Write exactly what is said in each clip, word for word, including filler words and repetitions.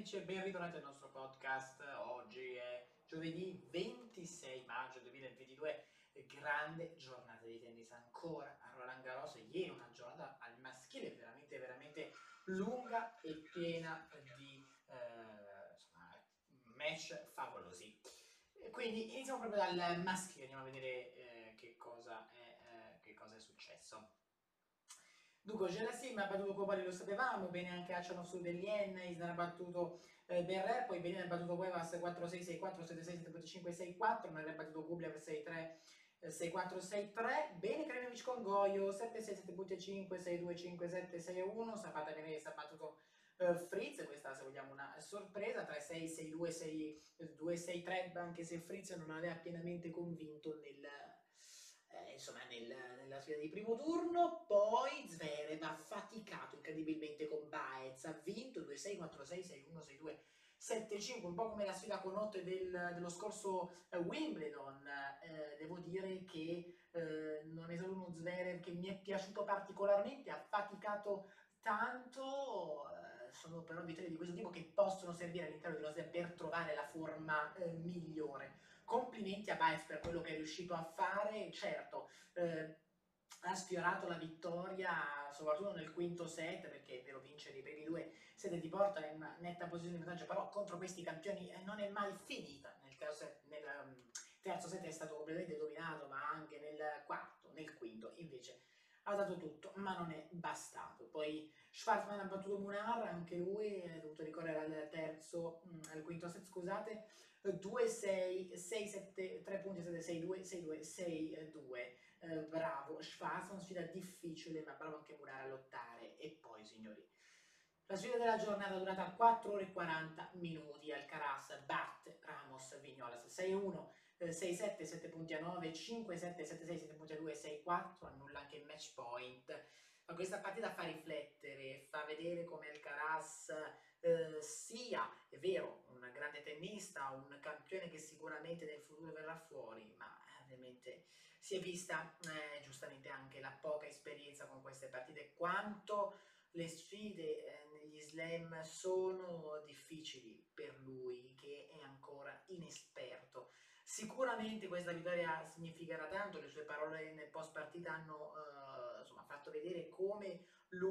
amici e ben ritornati al nostro podcast. Oggi è giovedì ventisei maggio duemilaventidue, grande giornata di tennis ancora a Roland Garros. Ieri una giornata al maschile veramente veramente lunga e piena di eh, insomma, match favolosi. E quindi iniziamo proprio dal maschile, andiamo a vedere eh, che, cosa è, eh, che cosa è successo. Dunque, Gerassim ha battuto Copari, lo sapevamo, bene anche Achanov su Delien, Isner ha battuto eh, Berrer, poi Benin ha battuto Cuevas quattro sei sei quattro sette sei sette cinque sei quattro, non ha battuto Gublev sei tre sei quattro sei tre, bene Kremlinovic con Goio sette sei sette cinque sei due cinque sette sei uno, Zapata Veneris ha battuto uh, Fritz, questa se vogliamo una sorpresa, tre sei sei due sei due sei tre, anche se Fritz non aveva pienamente convinto nel... Eh, insomma nel, nella sfida di primo turno. Poi Zverev ha faticato incredibilmente con Baez, ha vinto due sei quattro sei sei uno sei due sette cinque, un po' come la sfida con Otte del, dello scorso eh, Wimbledon. Eh, devo dire che eh, non è solo uno Zverev che mi è piaciuto particolarmente, ha faticato tanto, eh, sono però vittorie di questo tipo che possono servire all'interno dello slam per trovare la forma eh, migliore. Complimenti a Baez per quello che è riuscito a fare, certo, eh, ha sfiorato la vittoria soprattutto nel quinto set, perché è vero, vincere i primi due set ti porta in una netta posizione di vantaggio, però contro questi campioni eh, non è mai finita. Nel terzo set, nel, um, terzo set è stato completamente dominato, ma anche nel quarto, nel quinto invece ha dato tutto, ma non è bastato. Poi Schwartzman ha battuto Munar, anche lui è dovuto ricorrere al terzo, al quinto set, scusate, due sei sei sette tre punti sette sei due sei due sei due. Eh, bravo Schwarz, una sfida difficile, ma bravo anche Munar a lottare. E poi, signori, la sfida della giornata è durata quattro ore e quaranta minuti. Alcaraz batte Ramos Vignolas sei uno, sei sette sette punti a nove, cinque sette sette sei sette punti a due, sei quattro, annulla anche il match point. Ma questa partita fa riflettere, fa vedere come Alcaraz eh, sia, è vero, un grande tennista, un campione che sicuramente nel futuro verrà fuori, ma ovviamente si è vista eh, giustamente anche la poca esperienza con queste partite, quanto le sfide eh, negli slam sono difficili per lui, che è ancora inesperto. Sicuramente questa vittoria significherà tanto, le sue parole nel post partita hanno eh, insomma, fatto vedere come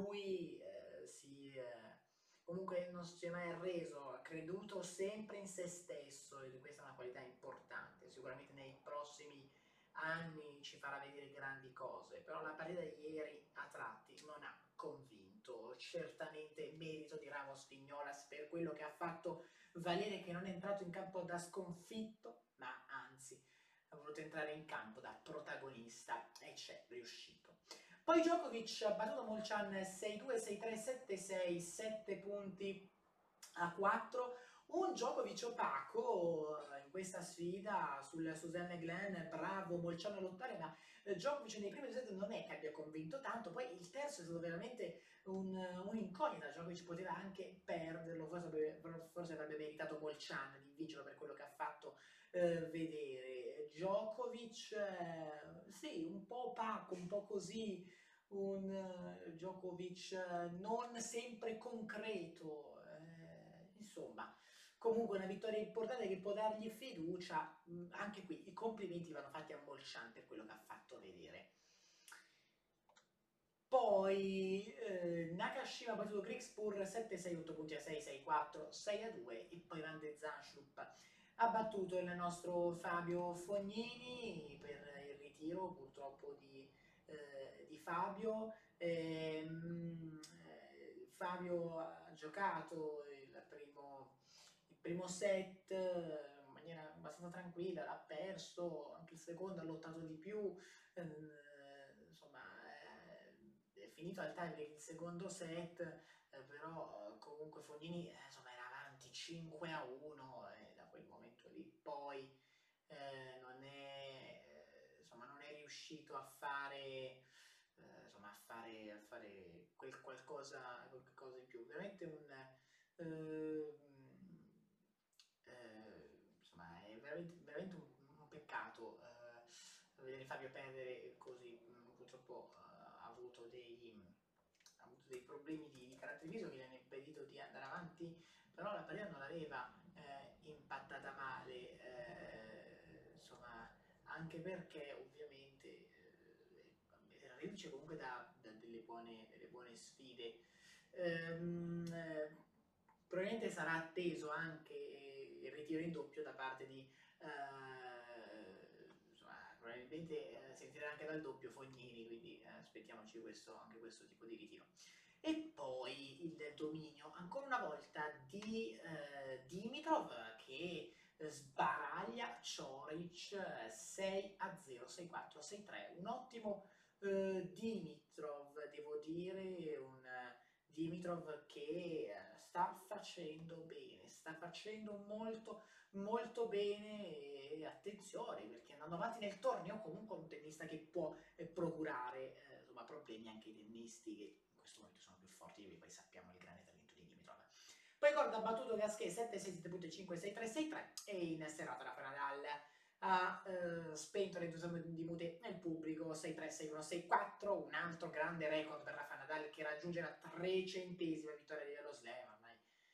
lui eh, si, eh, comunque non si è mai arreso, ha creduto sempre in se stesso, e questa è una qualità importante. Sicuramente nei prossimi anni ci farà vedere grandi cose, però la partita di ieri a tratti non ha convinto. Certamente merito di Ramos Vignolas per quello che ha fatto valere, che non è entrato in campo da sconfitto, ma anzi ha voluto entrare in campo da protagonista e c'è riuscito. Poi Djokovic ha battuto Molchan sei due sei tre sette sei, sette punti a quattro. Un Djokovic opaco in questa sfida sul Suzanne Glenn, bravo Molciano a lottare, ma Djokovic nei primi due set non è che abbia convinto tanto. Poi il terzo è stato veramente un, un'incognita. Djokovic poteva anche perderlo, forse, forse avrebbe meritato Molciano di vincerlo per quello che ha fatto eh, vedere. Djokovic eh, sì, un po' opaco, un po' così, un uh, Djokovic uh, non sempre concreto, eh, insomma, comunque una vittoria importante che può dargli fiducia. Mh, anche qui i complimenti vanno fatti a Molchan per quello che ha fatto vedere. Poi eh, Nakashima ha battuto Grigspur sette sei otto punti a sei sei quattro sei a due, e poi Van de Zanschlup ha battuto il nostro Fabio Fognini per il ritiro purtroppo di, eh, di Fabio. Ehm, eh, Fabio ha giocato il primo, il primo set eh, in maniera abbastanza tranquilla, l'ha perso, anche il secondo ha lottato di più, eh, insomma eh, è finito al tiebreak il secondo set, eh, però comunque Fognini eh, insomma, era avanti cinque a uno e da quel momento lì poi eh, non, è, eh, insomma, non è riuscito a fare, eh, insomma, a fare, a fare quel qualcosa, qualcosa in più. Veramente un... Eh, eh, insomma, è veramente, veramente un, un peccato eh, vedere Fabio perdere così. Purtroppo eh, ha avuto dei, ha avuto dei problemi di, di carattere fisico che gli hanno impedito di andare avanti però la partita non l'aveva eh, impattata male, eh, insomma, anche perché ovviamente eh, era reduce comunque da, da delle, buone, delle buone sfide. Ehm, eh, probabilmente sarà atteso anche il ritiro in doppio da parte di... eh, insomma, probabilmente eh, si ritirerà anche dal doppio Fognini, quindi eh, aspettiamoci questo, anche questo tipo di ritiro. E poi il dominio, ancora una volta, di eh, Dimitrov che sbaraglia Cioric sei a zero, sei quattro, sei tre. Un ottimo eh, Dimitrov, devo dire, un eh, Dimitrov che eh, sta facendo bene, sta facendo molto molto bene e attenzione perché andando avanti nel torneo comunque è un tennista che può eh, procurare eh, insomma, problemi anche ai tennisti che in questo momento sono più forti di lui, poi sappiamo il grande talento di Dimitrov. Poi Corda ha battuto Gasquet sette sei, sette punto cinque, sei tre, sei tre e in serata Rafa Nadal ha eh, spento l'entusiasmo di Mute nel pubblico sei tre, sei uno, sei quattro, un altro grande record per Rafa Nadal che raggiunge la trecentesima vittoria dello Slam, ormai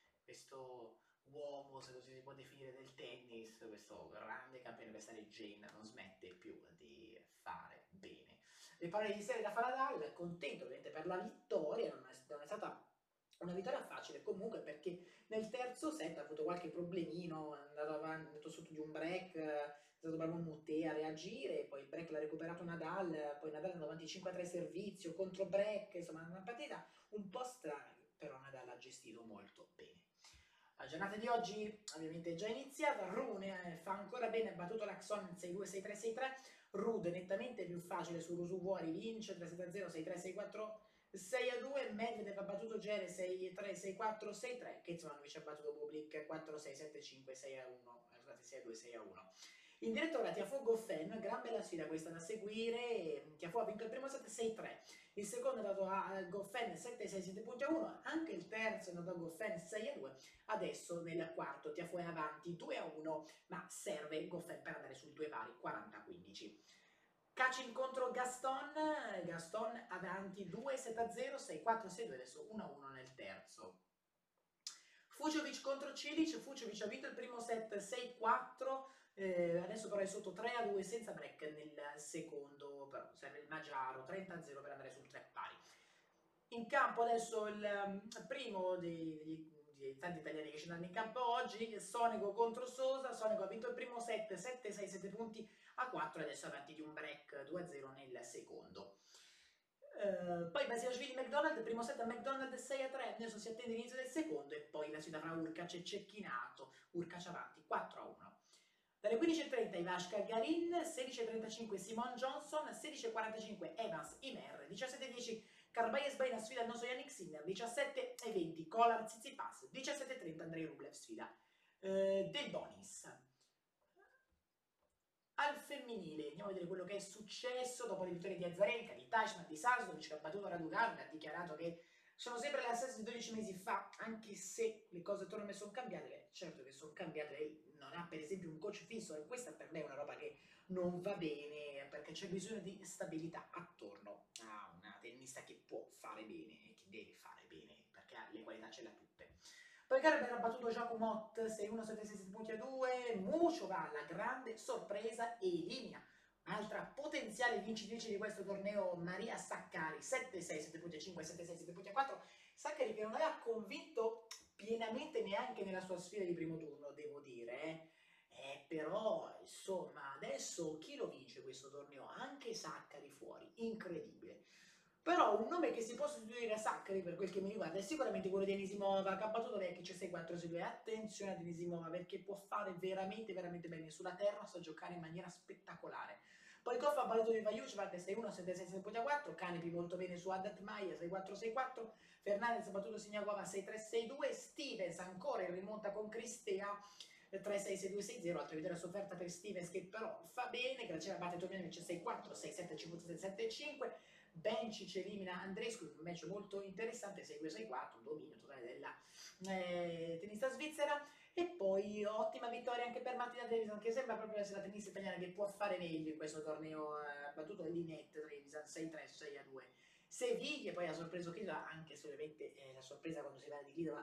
questo uomo, se così si può definire, del tennis, questo grande campione, questa leggenda, non smette più di fare bene. Le parole di serie da Nadal, contento ovviamente per la vittoria, non è, non è stata una vittoria facile comunque perché nel terzo set ha avuto qualche problemino, è andato, avanti, è andato sotto di un break, è stato bravo Muté a reagire, poi il break l'ha recuperato Nadal, poi Nadal è andato avanti cinque a tre servizio, contro break, insomma una partita un po' strana, però Nadal ha gestito molto bene. La giornata di oggi ovviamente è già iniziata, Rune eh, fa ancora bene, ha battuto l'Axon sei due, sei tre, sei tre, Rude nettamente più facile su Rusuvuori, vince tre sette a zero, sei tre, sei quattro, sei a due, Medvedev ha battuto Gere sei tre, sei quattro, sei tre, Kecmanovic ha battuto Bublik quattro sei, sette cinque, sei a uno, scusate sei a due, sei a uno. In diretta ora Tiafoe Goffin, gran bella sfida questa da seguire, Tiafoe ha vinto il primo set sei tre, il secondo è dato a Goffin sette sei, sette punto uno, anche il terzo è dato a Goffin sei a due, adesso nel quarto Tiafoe è avanti due a uno, ma serve Goffin per andare sul due pari quaranta a quindici. Kacin contro Gaston, Gaston avanti due sette a zero, sei quattro, sei due, adesso uno a uno nel terzo. Fuciovic contro Cilic, Fuciovic ha vinto il primo set sei quattro, eh, adesso però è sotto tre a due senza break nel secondo, però serve il Magiaro trenta a zero per andare sul tre pari. In campo adesso il um, primo dei, dei, dei tanti italiani che scendono in campo oggi, Sonego contro Sosa, Sonego ha vinto il primo set sette sei, sette punti a quattro, adesso avanti di un break due a zero nel secondo. Uh, poi Basilashvili McDonald, primo set a McDonald sei a tre, adesso si attende l'inizio del secondo e poi la sfida fra Urkac e Cecchinato, Urkac avanti quattro a uno. Dalle quindici e trenta Ivashka Garin, sedici e trentacinque Simon Johnson, sedici e quarantacinque Evans Imer, diciassette e dieci Carbayes Baina sfida il nostro Yannick Sinner, diciassette e venti Kolar Tsitsipas, diciassette e trenta Andrei Rublev sfida eh, Del Bonis. Al femminile andiamo a vedere quello che è successo dopo le vittorie di Azarenka, di Teichmann, di Sasnovic che ha battuto Raducanu, ha dichiarato che sono sempre le stesse di dodici mesi fa, anche se le cose attorno a me sono cambiate. Beh, certo che sono cambiate, lei non ha per esempio un coach fisso e questa per me è una roba che non va bene perché c'è bisogno di stabilità attorno a una tennista che può fare bene e che deve fare bene perché le qualità ce l'ha tutte. Poi Kerber ha battuto Giacomot sei uno, sette sei, sette punti a due, Muciova, la grande sorpresa, elimina un'altra potenziale vincitrice di questo torneo, Maria Saccari, sette sei, sette punti a cinque, sette sei, sette punti a quattro, Saccari che non aveva convinto pienamente neanche nella sua sfida di primo turno, devo dire, eh. Eh, però insomma adesso chi lo vince questo torneo? Anche Saccari fuori, incredibile. Però un nome che si può sostituire a Saccari per quel che mi riguarda è sicuramente quello di Anisimova, che ha battuto Vekic sei quattro sei due. Attenzione ad Anisimova perché può fare veramente veramente bene sulla terra, sa giocare in maniera spettacolare. Poi Koff ha battuto di Vajucevac sei uno, sette sei, sette quattro, Canepi molto bene su Haddad Maia sei quattro sei quattro, Fernandez ha battuto Siniakova sei tre sei due, Stevens ancora in rimonta con Cristea tre sei sei due sei zero, altra vittoria sofferta per Stevens che però fa bene, Graceva batte Tomjanovic sei quattro sei sette cinque sette cinque, Bencic elimina Andrescu, un match molto interessante, sei due sei quattro, dominio totale della eh, tennista svizzera. E poi ottima vittoria anche per Martina Trevisan, che sembra proprio essere la tennista italiana che può fare meglio in questo torneo, eh, battuto Linette Trevisan sei tre sei a due. Seviglia poi ha sorpreso Klidova, anche se ovviamente eh, la sorpresa quando si parla di Klidova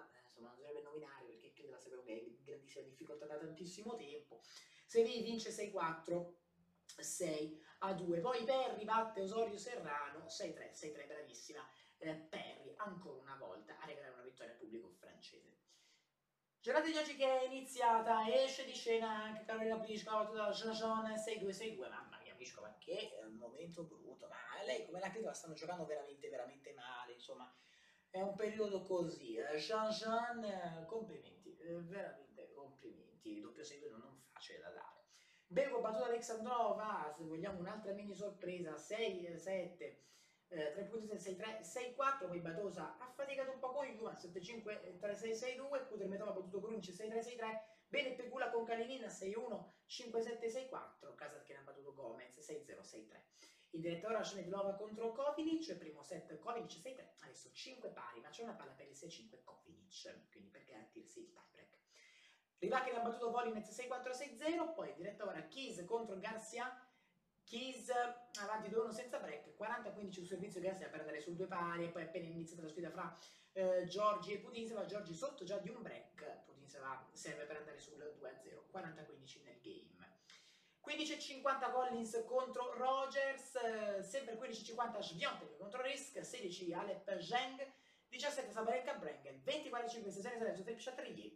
insomma non si dovrebbe nominare perché credo la sapevo che è in grandissima difficoltà da tantissimo tempo. Sevilla vince sei quattro, sei a due, poi Perry batte Osorio Serrano sei tre, sei tre, bravissima eh, Perry ancora una volta a regalare una vittoria al pubblico francese. Giornata di oggi che è iniziata, esce di scena anche Carolina Pliskova battuta da Jean sei due sei due, mamma mia Pliskova che è un momento brutto, ma lei come la credo la stanno giocando veramente veramente male, insomma è un periodo così, Jean Jean complimenti, eh, veramente complimenti, doppio sei due non facile da dare. Bego battuta Alexandrova, se vogliamo un'altra mini sorpresa, sei sette, eh, tre punti sei tre, sei quattro, poi Batosa ha faticato un po' con Juan, sette cinque, tre sei sei due, Kudermetov ha battuto Grunic sei tre sei tre, bene Pegula con Kalinin sei uno, cinque sette sei quattro, Kasatkin ha battuto Gomez sei zero sei tre. In diretta ora Shmedlova contro Kovinic, primo set Kovinic sei tre, adesso cinque pari, ma c'è una palla per il sei cinque Kovinic, quindi per garantirsi il tiebreak. Rivacchi ha battuto Volinez sei quattro sei zero, poi in diretta ora Keys contro Garcia, Keys avanti due uno senza break, quaranta quindici sul servizio Garcia per andare sul due pari, e poi appena iniziata la sfida fra eh, Giorgi e Pudinseva, Giorgi sotto già di un break, Pudinseva serve per andare sul due a zero, quaranta quindici nel game. quindici e cinquanta Collins contro Rogers, eh, sempre quindici e cinquanta Swiatek contro Risk, sedici Alep Zheng, diciassette Sabalenka Brengel, venti quarantacinque Cesare Salerzo Trip Chatrier,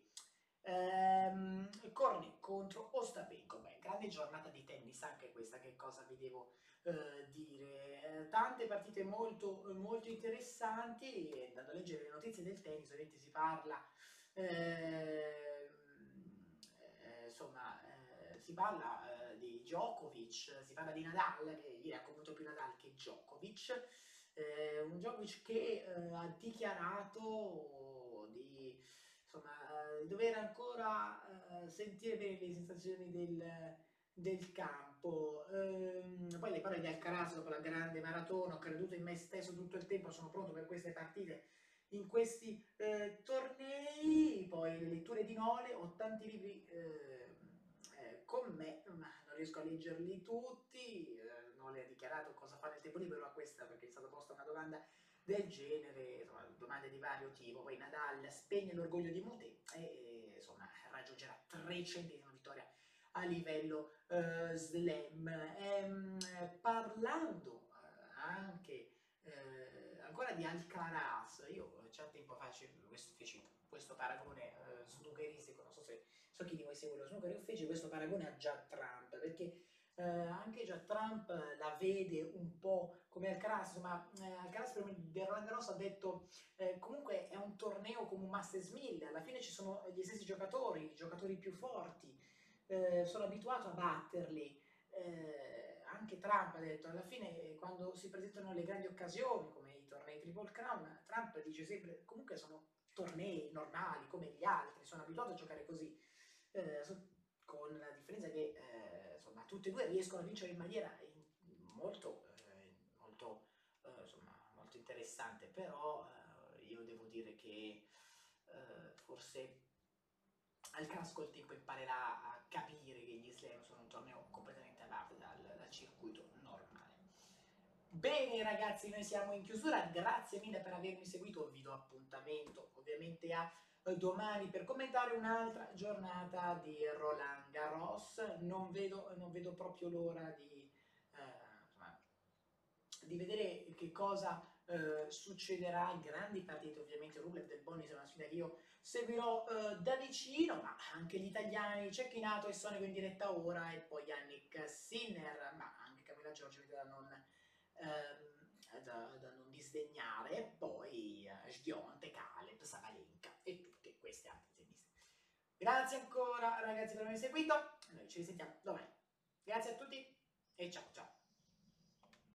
ehm, Cornet contro Ostapenko. Beh, grande giornata di tennis anche questa, che cosa vi devo eh, dire, eh, tante partite molto, molto interessanti, e andando a leggere le notizie del tennis ovviamente si parla eh, eh, insomma eh, si parla eh, di Djokovic, si parla di Nadal, che ieri ha comunque più Nadal che Djokovic, eh, un Djokovic che eh, ha dichiarato di insomma, eh, dover ancora eh, sentire bene le sensazioni del, del campo. Ehm, poi le parole di Alcaraz dopo la grande maratona, ho creduto in me stesso tutto il tempo, sono pronto per queste partite, in questi eh, tornei. Poi le letture di Nole, ho tanti libri eh, eh, con me, ma non riesco a leggerli tutti. Eh, Nole ha dichiarato cosa fa nel tempo libero a questa, perché è stata posta una domanda del genere, insomma, domande di vario tipo. Poi Nadal spegne l'orgoglio di Mute e insomma raggiungerà trecentesima vittoria a livello uh, slam. Ehm, parlando uh, anche uh, ancora di Alcaraz, io già tempo fa questo, feci questo paragone uh, snookeristico, non so se so chi di voi segue lo snooker, io feci questo paragone a Judd Trump, perché eh, anche già Trump la vede un po' come Alcaraz, insomma eh, Alcaraz per Roland Garros ha detto eh, comunque è un torneo come un Masters mille, alla fine ci sono gli stessi giocatori, i giocatori più forti, eh, sono abituato a batterli. Eh, anche Trump ha detto alla fine quando si presentano le grandi occasioni come i tornei Triple Crown, Trump dice sempre comunque sono tornei normali come gli altri, sono abituato a giocare così, eh, con la differenza che eh, insomma tutti e due riescono a vincere in maniera molto, eh, molto, eh, insomma, molto interessante, però eh, io devo dire che eh, forse Alcaraz col tempo imparerà a capire che gli slam sono un torneo completamente a parte dal, dal circuito normale. Bene ragazzi, noi siamo in chiusura, grazie mille per avermi seguito, vi do appuntamento ovviamente a domani per commentare un'altra giornata di Roland Garros. Non vedo, non vedo proprio l'ora di, eh, insomma, di vedere che cosa eh, succederà. Grandi partite ovviamente, Rublev del Bonis è una sfida che io seguirò eh, da vicino, ma anche gli italiani Cecchinato e Sonico in diretta ora, e poi Yannick Sinner, ma anche Camilla Giorgi da non, ehm, da, da non disdegnare, poi eh, Sdionte, Caleb, Sabalenka e tutte queste altre tenniste. Grazie ancora ragazzi per avermi seguito, noi ci risentiamo domani. Grazie a tutti e ciao ciao.